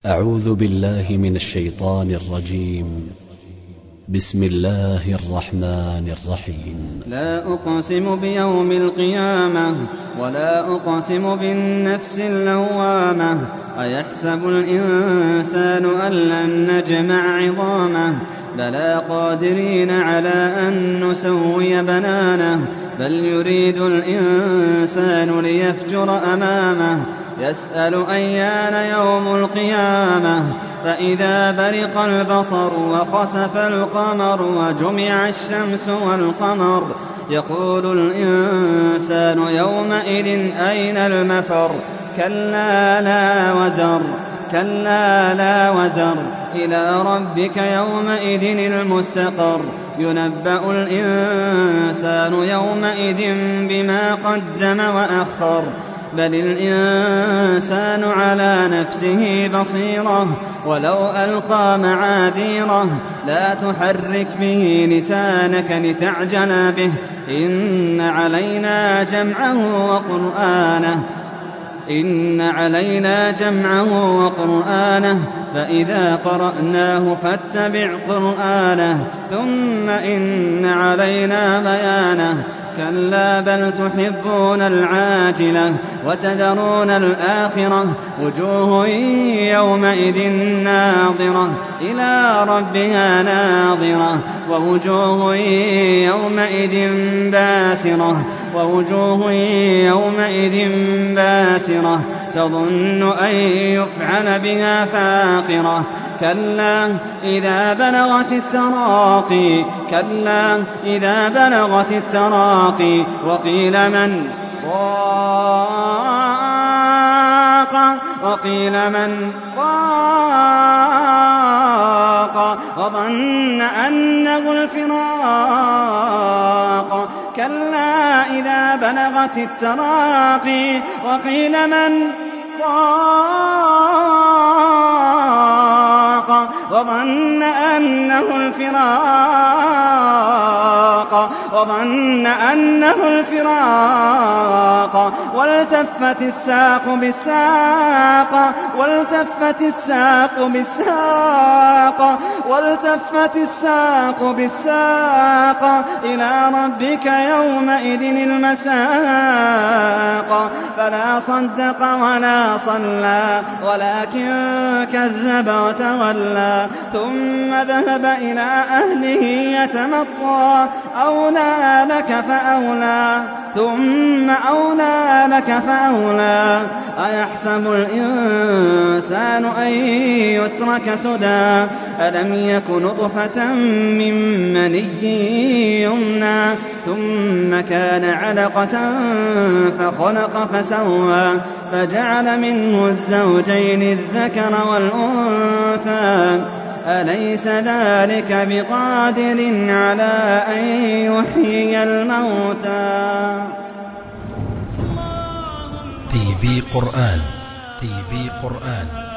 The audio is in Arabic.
أعوذ بالله من الشيطان الرجيم. بسم الله الرحمن الرحيم. لا أقسم بيوم القيامة ولا أقسم بالنفس اللوامة. أيحسب الإنسان أن لن نجمع عظامه بلى قادرين على أن نسوي بنانه بل يريد الإنسان ليفجر أمامه يسأل أيان يوم القيامة فإذا برق البصر وخسف القمر وجمع الشمس والقمر يقول الإنسان يومئذ أين المفر كلا لا وزر إلى ربك يومئذ المستقر ينبأ الإنسان يومئذ بما قدم وأخر بل الإنسان على نفسه بصيرة ولو ألقى معاذيره لا تحرك به لسانك لتعجل به إن علينا جمعه وقرآنه فإذا قرأناه فاتبع قرآنه ثم إن علينا بيانه كلا بل تحبون العاجلة وتذرون الآخرة وجوه يومئذ ناظرة إلى ربها ناظرة ووجوه يومئذ باسرة تظن أن يفعل بها فاقرة كلا إذا بلغت التراقي وقيل من راق وظن أنه الفراق كلا إذا بلغت التراقي وقيل من راق وظن أنه الفراق والتفت الساق بالساق إلى ربك يومئذ المساق فلا صدق ولا صلى ولكن كذب وتولى ثم ذهب إلى أهله يتمطى ثم أولى لك فأولى أيحسب الإنسان أن يترك سدى ألم يك نطفة من مني يمنى ثم كان علقة فخلق فسوى فجعل منه الزوجين الذكر والأنثى أليس ذلك بقادر على أن يحيي الموتى. TV قرآن